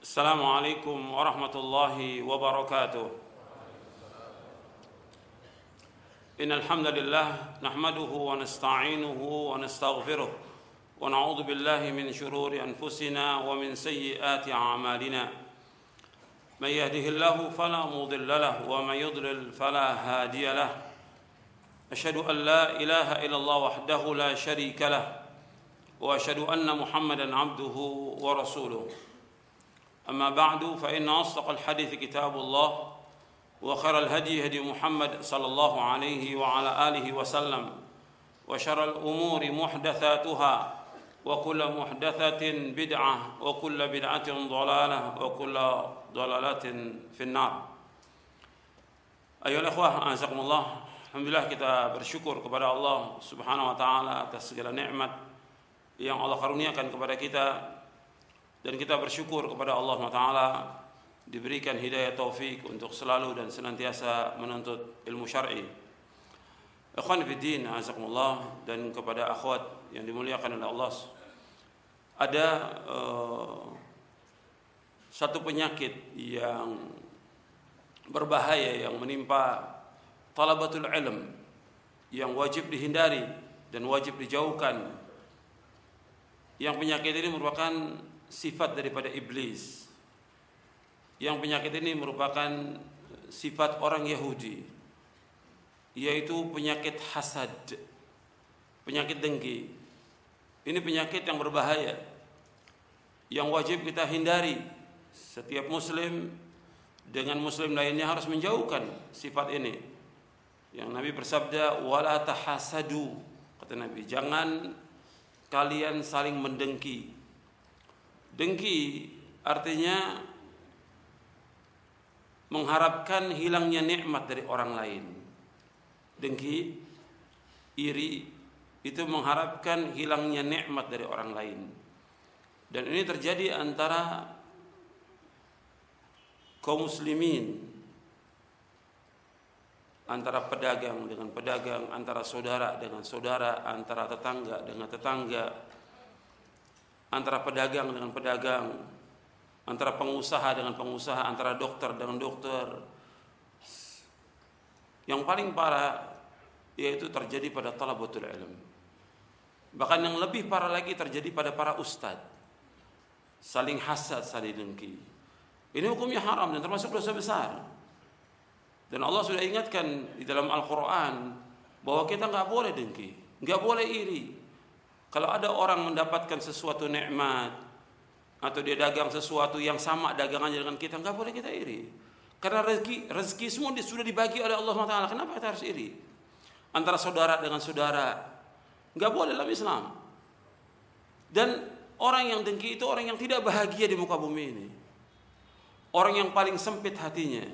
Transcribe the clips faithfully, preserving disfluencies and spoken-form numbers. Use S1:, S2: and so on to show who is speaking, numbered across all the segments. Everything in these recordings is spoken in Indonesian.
S1: السلام عليكم ورحمة الله وبركاته. إن الحمد لله نحمده ونستعينه ونستغفره ونعوذ بالله من شرور أنفسنا ومن سيئات أعمالنا. من يهده الله فلا مضل له ومن يضلل فلا هادي له. أشهد أن لا إله إلا الله وحده لا شريك له وأشهد أن محمدا عبده ورسوله. أما بعد فإن أصدق الحديث كتاب الله وخير الهدي هدي محمد صلى الله عليه وعلى آله وسلم وشر الأمور محدثاتها وكل محدثة بدعة وكل بدعة ضلالة وكل ضلالة في النار. Ayolah ikhwah, azakumullah. Alhamdulillah, kita bersyukur kepada Allah Subhanahu wa taala atas segala nikmat yang Allah karuniakan kepada kita. Dan kita bersyukur kepada Allah subhanahu wa taala diberikan hidayah taufik untuk selalu dan senantiasa menuntut ilmu syar'i. Ikhwan fiddin, azakumullah, dan kepada akhwat yang dimuliakan oleh Allah. Ada uh, satu penyakit yang berbahaya yang menimpa talabatul ilm yang wajib dihindari dan wajib dijauhkan. Yang penyakit ini merupakan sifat daripada iblis. Yang penyakit ini merupakan sifat orang Yahudi, yaitu penyakit hasad, penyakit dengki. Ini penyakit yang berbahaya yang wajib kita hindari. Setiap muslim dengan muslim lainnya harus menjauhkan sifat ini. Yang Nabi bersabda, wala tahasadu, kata Nabi, jangan kalian saling mendengki. Dengki artinya mengharapkan hilangnya nikmat dari orang lain. Dengki, iri, itu mengharapkan hilangnya nikmat dari orang lain. Dan ini terjadi antara kaum muslimin, antara pedagang dengan pedagang, antara saudara dengan saudara, antara tetangga dengan tetangga, antara pedagang dengan pedagang, antara pengusaha dengan pengusaha, antara dokter dengan dokter. Yang paling parah yaitu terjadi pada talabatul ilm. Bahkan yang lebih parah lagi terjadi pada para ustad. Saling hasad, saling dengki. Ini hukumnya haram dan termasuk dosa besar. Dan Allah sudah ingatkan di dalam Al-Quran bahwa kita nggak boleh dengki, nggak boleh iri. Kalau ada orang mendapatkan sesuatu nikmat atau dia dagang sesuatu yang sama dagangannya dengan kita, nggak boleh kita iri. Karena rezeki rezeki semua sudah dibagi oleh Allah subhanahu wa taala. Kenapa kita harus iri? Antara saudara dengan saudara nggak boleh dalam Islam. Dan orang yang dengki itu orang yang tidak bahagia di muka bumi ini. Orang yang paling sempit hatinya.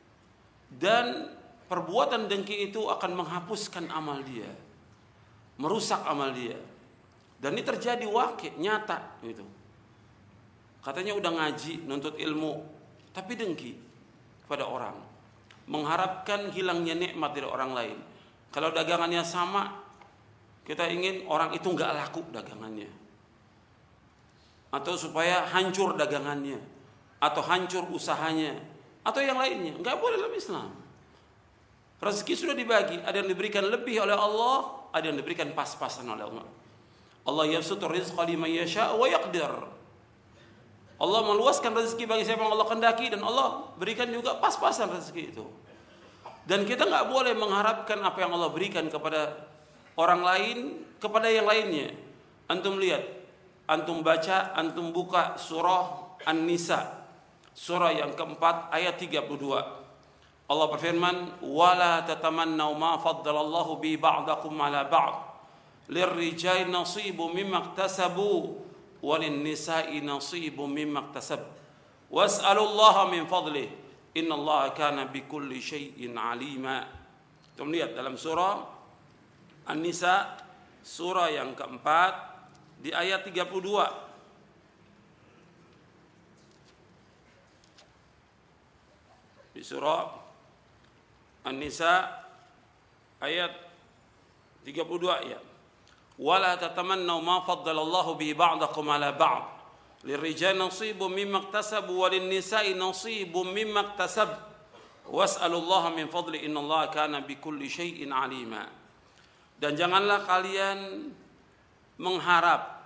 S1: Dan perbuatan dengki itu akan menghapuskan amal dia, merusak amal dia. Dan ini terjadi wakil, nyata gitu. Katanya udah ngaji, nuntut ilmu, tapi dengki kepada orang, mengharapkan hilangnya nikmat dari orang lain. Kalau dagangannya sama, kita ingin orang itu nggak laku dagangannya, atau supaya hancur dagangannya, atau hancur usahanya, atau yang lainnya. Nggak boleh dalam Islam. Rezeki sudah dibagi, ada yang diberikan lebih oleh Allah, ada yang diberikan pas-pasan oleh Allah. Allah yabsutur rizqa liman yasha' wa yaqdir. Allah meluaskan rezeki bagi siapa yang Allah kehendaki, dan Allah berikan juga pas-pasan rezeki itu. Dan kita nggak boleh mengharapkan apa yang Allah berikan kepada orang lain kepada yang lainnya. Antum lihat, antum baca, antum buka surah An-Nisa, surah yang keempat ayat tiga puluh dua. Allah berfirman, wala tatamannau ma faddalallahu bi ba'dakum ala ba'd. Lirrijali nasibu mimma iktasabu walin nisa'i nasibu mimma iktasab. Was'alullaha min fadlih. Innallaha kana bikulli syai'in alima. Kita lihat dalam surah An-Nisa, surah yang keempat di ayat tiga puluh dua. Di surah An-Nisa ayat tiga puluh dua ya. Wala tatamannau ma faddalallahu bihi ba'dakum ala ba'd Lirrijali nasibun mimma iktasabu walinnisa'i nasibun mimma iktasab. Was'alullaha min fadli innallaha kana bikulli syai'in alima. Dan janganlah kalian mengharap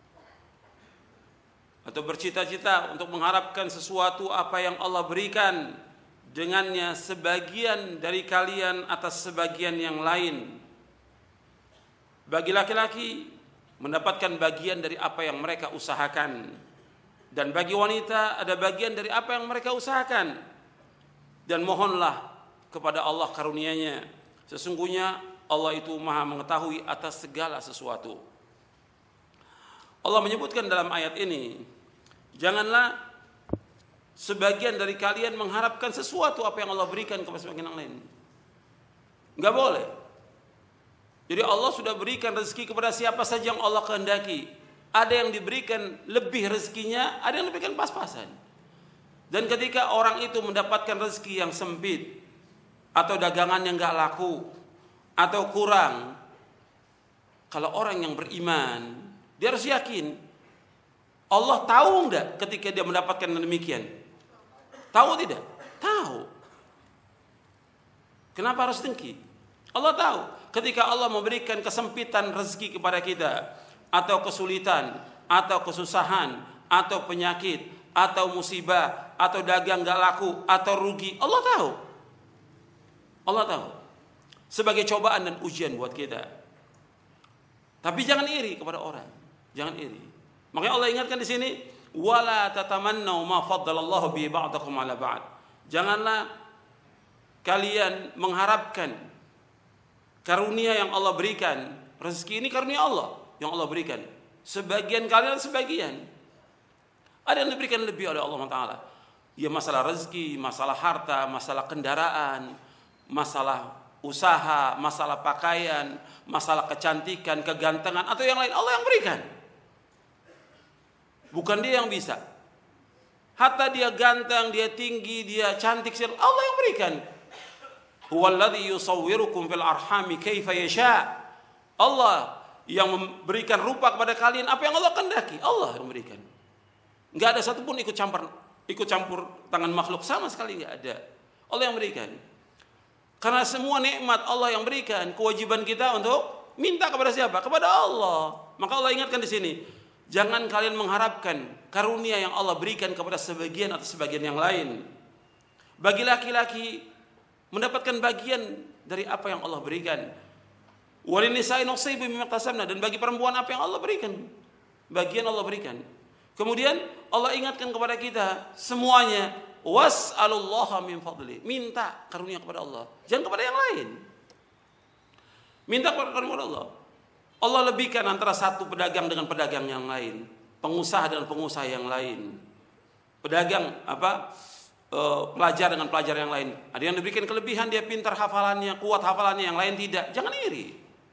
S1: atau bercita-cita untuk mengharapkan sesuatu apa yang Allah berikan dengannya sebagian dari kalian atas sebagian yang lain. Bagi laki-laki mendapatkan bagian dari apa yang mereka usahakan, dan bagi wanita ada bagian dari apa yang mereka usahakan. Dan mohonlah kepada Allah karunia-Nya, sesungguhnya Allah itu Maha mengetahui atas segala sesuatu. Allah menyebutkan dalam ayat ini, janganlah sebagian dari kalian mengharapkan sesuatu apa yang Allah berikan kepada sebagian yang lain. Enggak boleh. Jadi Allah sudah berikan rezeki kepada siapa saja yang Allah kehendaki. Ada yang diberikan lebih rezekinya, ada yang diberikan pas-pasan. Dan ketika orang itu mendapatkan rezeki yang sempit, atau dagangan yang enggak laku, atau kurang, kalau orang yang beriman, dia harus yakin Allah tahu enggak ketika dia mendapatkan demikian? Tahu tidak? Tahu. Kenapa harus dengki? Allah tahu. Ketika Allah memberikan kesempitan rezeki kepada kita, atau kesulitan, atau kesusahan, atau penyakit, atau musibah, atau dagang gak laku, atau rugi, Allah tahu. Allah tahu. Sebagai cobaan dan ujian buat kita. Tapi jangan iri kepada orang. Jangan iri. Makanya Allah ingatkan di sini, wala tatamannau ma faddalallahu bi ba'dakum ala ba'd. Janganlah kalian mengharapkan karunia yang Allah berikan. Rezeki ini karunia Allah yang Allah berikan. Sebagian kalian sebagian. Ada yang diberikan lebih oleh Allah Taala. Ya masalah rezeki, masalah harta, masalah kendaraan, masalah usaha, masalah pakaian, masalah kecantikan, kegantengan, atau yang lain, Allah yang berikan. Bukan dia yang bisa. Hatta dia ganteng, dia tinggi, dia cantik, Allah yang berikan. Huwallazi yusawwirukum fil arhami kaifa yasha. Allah yang memberikan rupa kepada kalian apa yang Allah kehendaki. Allah yang memberikan. Enggak ada satupun ikut campur ikut campur tangan makhluk, sama sekali enggak ada. Allah yang berikan. Karena semua nikmat Allah yang berikan, kewajiban kita untuk minta kepada siapa? Kepada Allah. Maka Allah ingatkan di sini, jangan kalian mengharapkan karunia yang Allah berikan kepada sebagian atau sebagian yang lain. Bagi laki-laki mendapatkan bagian dari apa yang Allah berikan. Walinisa'i nasibun mimma iktasabna, dan bagi perempuan apa yang Allah berikan, bagian Allah berikan. Kemudian Allah ingatkan kepada kita semuanya, was'alullaha min fadli, minta karunia kepada Allah, jangan kepada yang lain. Minta kepada karunia Allah. Allah lebihkan antara satu pedagang dengan pedagang yang lain, pengusaha dengan pengusaha yang lain. Pedagang apa? Pelajar dengan pelajar yang lain. Ada yang diberikan kelebihan, dia pintar hafalannya, kuat hafalannya, yang lain tidak. Jangan iri.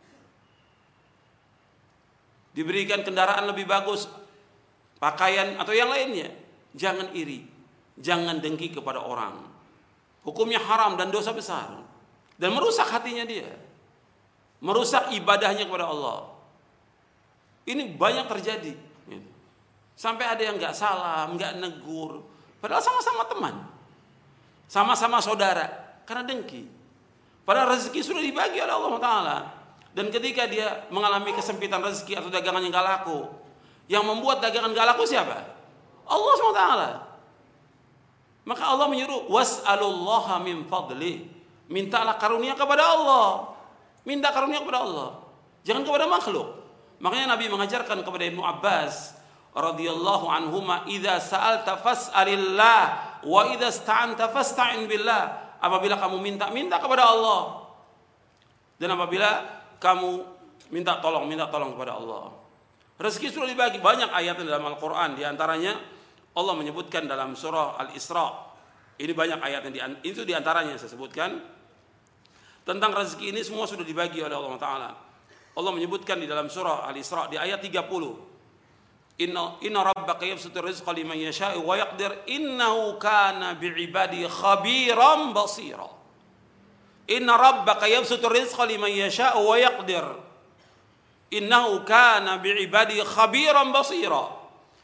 S1: Diberikan kendaraan lebih bagus, pakaian atau yang lainnya, jangan iri. Jangan dengki kepada orang. Hukumnya haram dan dosa besar, dan merusak hatinya dia, merusak ibadahnya kepada Allah. Ini banyak terjadi. Sampai ada yang nggak salam, nggak negur, padahal sama-sama teman, sama-sama saudara, karena dengki. Padahal rezeki sudah dibagi oleh Allah Taala. Dan ketika dia mengalami kesempitan rezeki atau dagangan yang gak laku, yang membuat dagangan gak laku siapa? Allah subhanahu wa taala. Maka Allah menyuruh, was'alullaha min fadli, mintalah karunia kepada Allah. Minta karunia kepada Allah, jangan kepada makhluk. Makanya Nabi mengajarkan kepada Ibnu Abbas radhiyallahu anhuma, idza sa'alta fas'alillah wa idza ista'anta fasta'in billah. Apabila kamu minta, minta kepada Allah. Dan apabila kamu minta tolong, minta tolong kepada Allah. Rezeki sudah dibagi, banyak ayat dalam Al-Quran. Di antaranya Allah menyebutkan dalam surah Al-Isra. Ini banyak ayat yang di, itu diantaranya saya sebutkan. Tentang rezeki ini semua sudah dibagi oleh Allah Ta'ala. Allah menyebutkan di dalam surah Al-Isra di ayat tiga puluh. Inna, inna rabbaka yabsutu rizqa liman yasha'u wa yaqdir innahu kana bi'ibadi khabiran basira. Inna rabbaka yabsutu rizqa liman yasha'u wa yaqdir innahu kana bi'ibadi khabiran basira.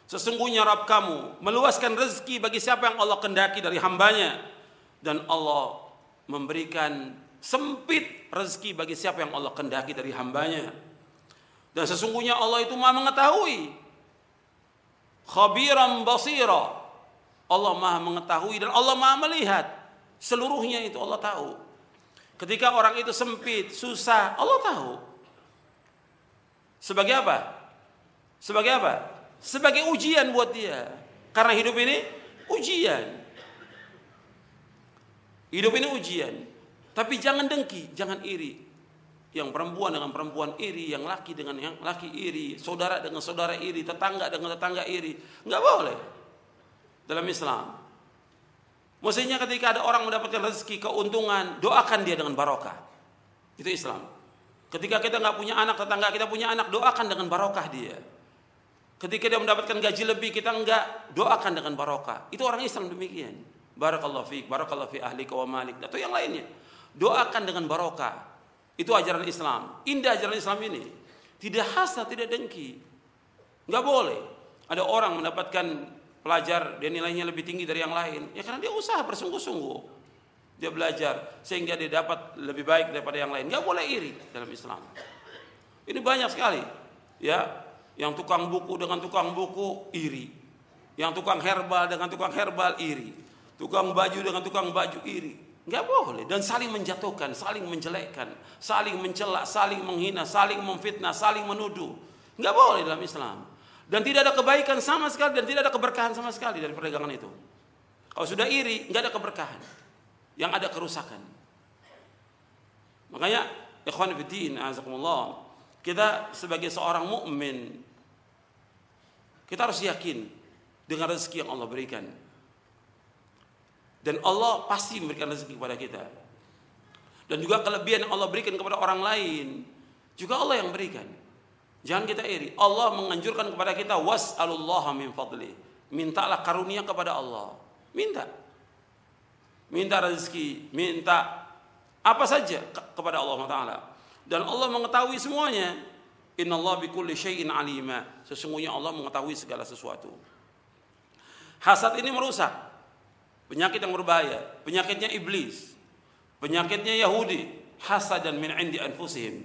S1: Sesungguhnya Rabb kamu meluaskan rezeki bagi siapa yang Allah kehendaki dari hambanya, dan Allah memberikan sempit rezeki bagi siapa yang Allah kehendaki dari hambanya. Dan sesungguhnya Allah itu Maha mengetahui, khabiran basira, Allah Maha mengetahui dan Allah Maha melihat. Seluruhnya itu Allah tahu. Ketika orang itu sempit, susah, Allah tahu. Sebagai apa? Sebagai apa? Sebagai ujian buat dia. Karena hidup ini ujian. Hidup ini ujian. Tapi jangan dengki, jangan iri. Yang perempuan dengan perempuan iri, yang laki dengan yang laki iri, saudara dengan saudara iri, tetangga dengan tetangga iri. Enggak boleh dalam Islam. Maksudnya ketika ada orang mendapatkan rezeki, keuntungan, doakan dia dengan barokah. Itu Islam. Ketika kita nggak punya anak, tetangga kita punya anak, doakan dengan barokah dia. Ketika dia mendapatkan gaji lebih, kita enggak, doakan dengan barokah. Itu orang Islam demikian. Barakallahu fiik, barakallahu fi ahlika wa malik, atau yang lainnya. Doakan dengan barokah. Itu ajaran Islam. Indah ajaran Islam ini. Tidak hasad, tidak dengki. Enggak boleh. Ada orang mendapatkan pelajar, dia nilainya lebih tinggi dari yang lain. Ya karena dia usaha bersungguh-sungguh. Dia belajar sehingga dia dapat lebih baik daripada yang lain. Enggak boleh iri dalam Islam. Ini banyak sekali. Ya, yang tukang buku dengan tukang buku iri. Yang tukang herbal dengan tukang herbal iri. Tukang baju dengan tukang baju iri. Enggak boleh. Dan saling menjatuhkan, saling menjelekkan, saling mencela, saling menghina, saling memfitnah, saling menuduh. Enggak boleh dalam Islam. Dan tidak ada kebaikan sama sekali dan tidak ada keberkahan sama sekali dari perdagangan itu. Kalau sudah iri, enggak ada keberkahan. Yang ada kerusakan. Makanya, ikhwan fillah, azakumullah, kita sebagai seorang mukmin, kita harus yakin dengan rezeki yang Allah berikan. Dan Allah pasti memberikan rezeki kepada kita. Dan juga kelebihan yang Allah berikan kepada orang lain, juga Allah yang berikan. Jangan kita iri. Allah menganjurkan kepada kita, was'alullaha min fadli. Mintalah karunia kepada Allah. Minta. Minta rezeki, minta apa saja kepada Allah Taala. Dan Allah mengetahui semuanya. Innallaha bikulli syai'in alima. Sesungguhnya Allah mengetahui segala sesuatu. Hasad ini merusak. Penyakit yang berbahaya. Penyakitnya iblis. Penyakitnya Yahudi. Hasadan min indi anfusihim.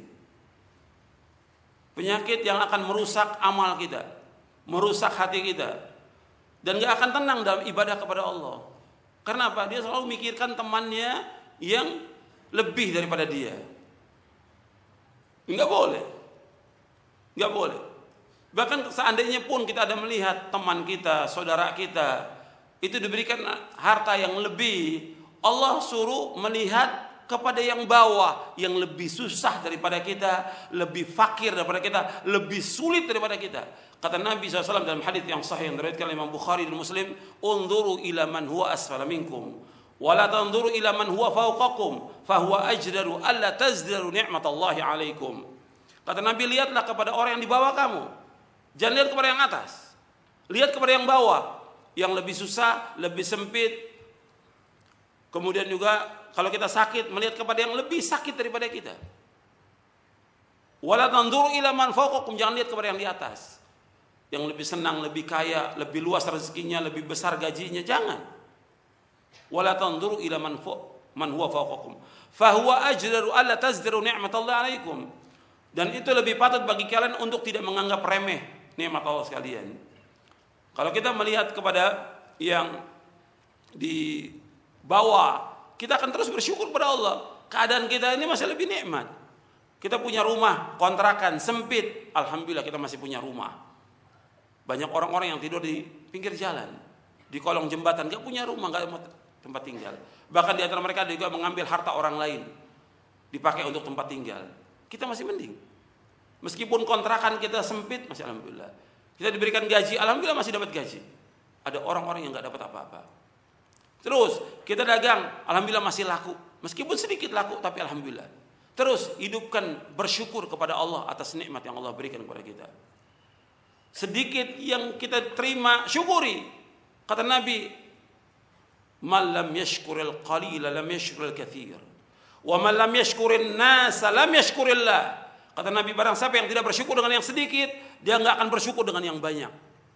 S1: Penyakit yang akan merusak amal kita. Merusak hati kita. Dan gak akan tenang dalam ibadah kepada Allah. Karena apa? Dia selalu mikirkan temannya yang lebih daripada dia. Enggak boleh. Enggak boleh. Bahkan seandainya pun kita ada melihat teman kita, saudara kita, itu diberikan harta yang lebih, Allah suruh melihat kepada yang bawah, yang lebih susah daripada kita, lebih fakir daripada kita, lebih sulit daripada kita. Kata Nabi shallallahu alaihi wasallam dalam hadits yang sahih yang diriwayatkan oleh Imam Bukhari dan Muslim, "Unzuru ila man huwa asfala minkum, wa la tanzuru ila man huwa fawqakum, fa huwa ajdaru alla tazdaru ni'matallahi 'alaikum." Kata Nabi, lihatlah kepada orang yang di bawah kamu. Jangan lihat kepada yang atas. Lihat kepada yang bawah, yang lebih susah, lebih sempit. Kemudian juga kalau kita sakit, melihat kepada yang lebih sakit daripada kita. Wala tanzuru ila man fawqakum, jangan lihat kepada yang di atas. Yang lebih senang, lebih kaya, lebih luas rezekinya, lebih besar gajinya, jangan. Wala tanzuru ila man fawq man huwa fawqakum, fa huwa ajdaru alla tazdaru ni'matallahi 'alaikum. Dan itu lebih patut bagi kalian untuk tidak menganggap remeh nikmat Allah sekalian. Kalau kita melihat kepada yang di bawah, kita akan terus bersyukur kepada Allah. Keadaan kita ini masih lebih nikmat. Kita punya rumah, kontrakan, sempit. Alhamdulillah kita masih punya rumah. Banyak orang-orang yang tidur di pinggir jalan, di kolong jembatan, gak punya rumah, gak ada tempat tinggal. Bahkan di antara mereka juga mengambil harta orang lain, dipakai untuk tempat tinggal. Kita masih mending. Meskipun kontrakan kita sempit, masih alhamdulillah. Kita diberikan gaji, alhamdulillah masih dapat gaji. Ada orang-orang yang gak dapat apa-apa. Terus kita dagang, alhamdulillah masih laku. Meskipun sedikit laku, tapi alhamdulillah. Terus hidupkan bersyukur kepada Allah atas nikmat yang Allah berikan kepada kita. Sedikit yang kita terima, syukuri. Kata Nabi, "Man lam yashkuril qalila lam yashkuril katsir. Wa man lam yashkurin nasa lam yashkurillah." Kata Nabi, barang siapa yang tidak bersyukur dengan yang sedikit, dia enggak akan bersyukur dengan yang banyak.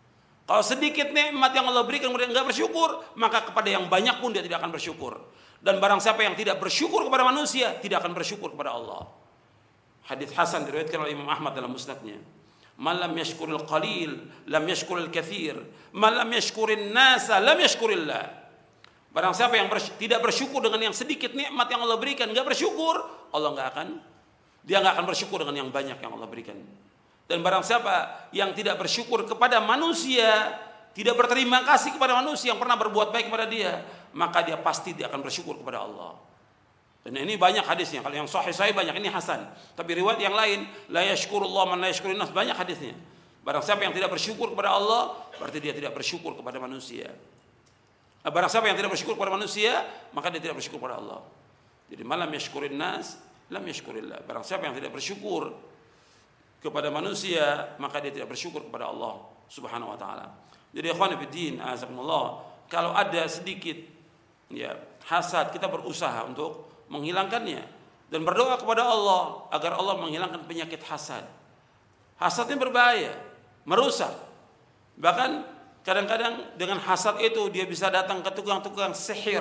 S1: Kalau sedikit nikmat yang Allah berikan kemudian enggak bersyukur, maka kepada yang banyak pun dia tidak akan bersyukur. Dan barang siapa yang tidak bersyukur kepada manusia, tidak akan bersyukur kepada Allah. Hadits hasan diriwayatkan oleh Imam Ahmad dalam musnadnya. Man lam yashkuril qalil, lam yashkuril katsir. Man lam yashkurin nasa, lam yashkurillah. Barang siapa yang bers- tidak bersyukur dengan yang sedikit nikmat yang Allah berikan, enggak bersyukur, Allah enggak akan dia enggak akan bersyukur dengan yang banyak yang Allah berikan. Dan barang siapa yang tidak bersyukur kepada manusia, tidak berterima kasih kepada manusia yang pernah berbuat baik kepada dia, maka dia pasti dia akan bersyukur kepada Allah. Dan ini banyak hadisnya. Kalau yang sahih sahih banyak, ini hasan. Tapi riwayat yang lain, la yashkurullah man la yashkurin nas, banyak hadisnya. Barang siapa yang tidak bersyukur kepada Allah, berarti dia tidak bersyukur kepada manusia. Barang siapa yang tidak bersyukur kepada manusia, maka dia tidak bersyukur kepada Allah. Jadi malam yashkurin nas, lam yashkurillah. Barang siapa yang tidak bersyukur kepada manusia, maka dia tidak bersyukur kepada Allah Subhanahu wa taala. Jadi ikhwan fillah, azakumullah, kalau ada sedikit ya hasad, kita berusaha untuk menghilangkannya dan berdoa kepada Allah agar Allah menghilangkan penyakit hasad. Hasad ini berbahaya, merusak. Bahkan kadang-kadang dengan hasad itu dia bisa datang ke tukang-tukang sihir.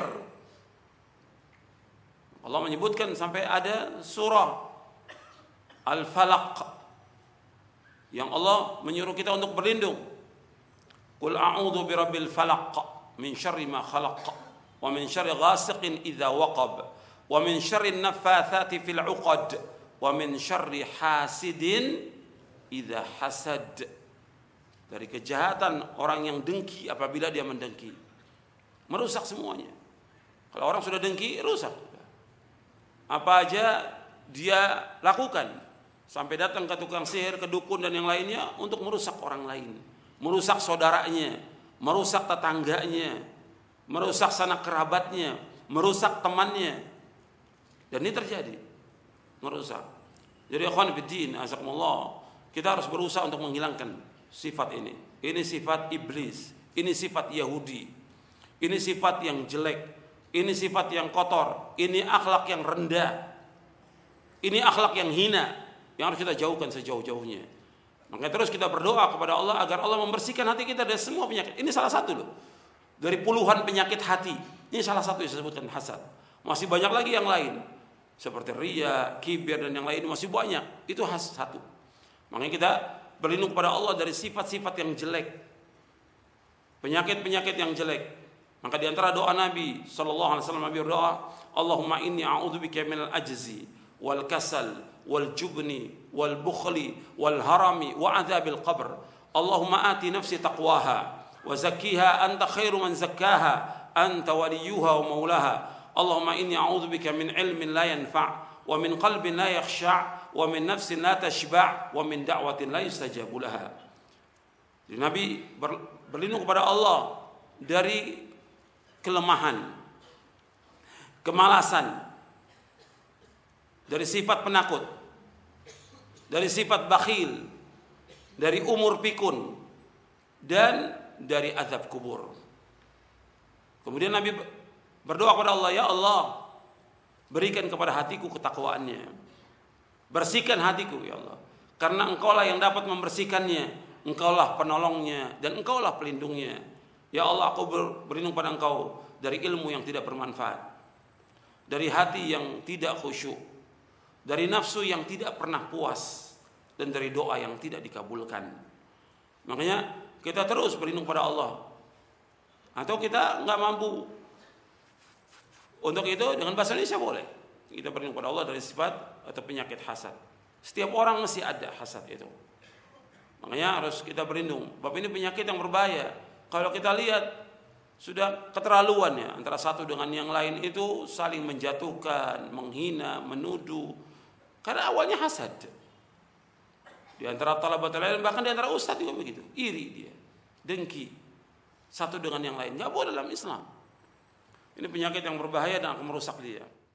S1: Allah menyebutkan sampai ada surah Al-Falaq yang Allah menyuruh kita untuk berlindung. Qul a'udzu birabbil falaq min syarri ma khalaq wa min syarri ghasiqin idza waqab wa min syarri naffatsati fil 'uqad wa min syarri hasidin idza hasad. Dari kejahatan orang yang dengki apabila dia mendengki. Merusak semuanya. Kalau orang sudah dengki, rusak. Apa aja dia lakukan. Sampai datang ke tukang sihir, ke dukun dan yang lainnya untuk merusak orang lain. Merusak saudaranya, merusak tetangganya, merusak sanak kerabatnya, merusak temannya. Dan ini terjadi. Merusak. Jadi ikhwan fillah, azakumullah, kita harus berusaha untuk menghilangkan sifat ini. Ini sifat iblis, ini sifat Yahudi, ini sifat yang jelek, ini sifat yang kotor, ini akhlak yang rendah, ini akhlak yang hina, yang harus kita jauhkan sejauh-jauhnya. Makanya terus kita berdoa kepada Allah agar Allah membersihkan hati kita dari semua penyakit. Ini salah satu loh dari puluhan penyakit hati. Ini salah satu yang disebutkan hasad. Masih banyak lagi yang lain seperti riya, kibir dan yang lain masih banyak. Itu has satu. Makanya kita berlindung kepada Allah dari sifat-sifat yang jelek, penyakit-penyakit yang jelek. Maka di antara doa Nabi sallallahu alaihi wasallam, Nabi berdoa, Allahumma inni a'udzubika minal ajzi wal kasal wal jubni wal bukhli wal harami wa adzabil qabr. Allahumma ati nafsi taqwaha wa zakkiha anta khairu man zakkaha anta waliyuha wa maulaha. Allahumma inni a'udzubika min ilmin la yanfa' wa min qalbin la yakhsha' wa min nafsin la tashba' wa min da'watin la yustajabu laha. Jadi Nabi berlindung kepada Allah dari kelemahan, kemalasan, dari sifat penakut, dari sifat bakhil, dari umur pikun, dan dari azab kubur. Kemudian Nabi berdoa kepada Allah, ya Allah, berikan kepada hatiku ketakwaannya, bersihkan hatiku ya Allah, karena Engkaulah yang dapat membersihkannya, Engkaulah penolongnya dan Engkaulah pelindungnya. Ya Allah, aku berlindung pada Engkau dari ilmu yang tidak bermanfaat, dari hati yang tidak khusyuk, dari nafsu yang tidak pernah puas, dan dari doa yang tidak dikabulkan. Makanya kita terus berlindung pada Allah. Atau kita nggak mampu untuk itu, dengan bahasa Indonesia boleh. Kita berlindung pada Allah dari sifat atau penyakit hasad. Setiap orang mesti ada hasad itu. Makanya harus kita berlindung. Sebab ini penyakit yang berbahaya. Kalau kita lihat sudah keterlaluan ya, antara satu dengan yang lain itu saling menjatuhkan, menghina, menuduh. Karena awalnya hasad. Di antara talabatul ilm, bahkan di antara ustaz juga begitu. Iri dia, dengki satu dengan yang lain. Enggak boleh dalam Islam. Ini penyakit yang berbahaya dan akan merusak dia.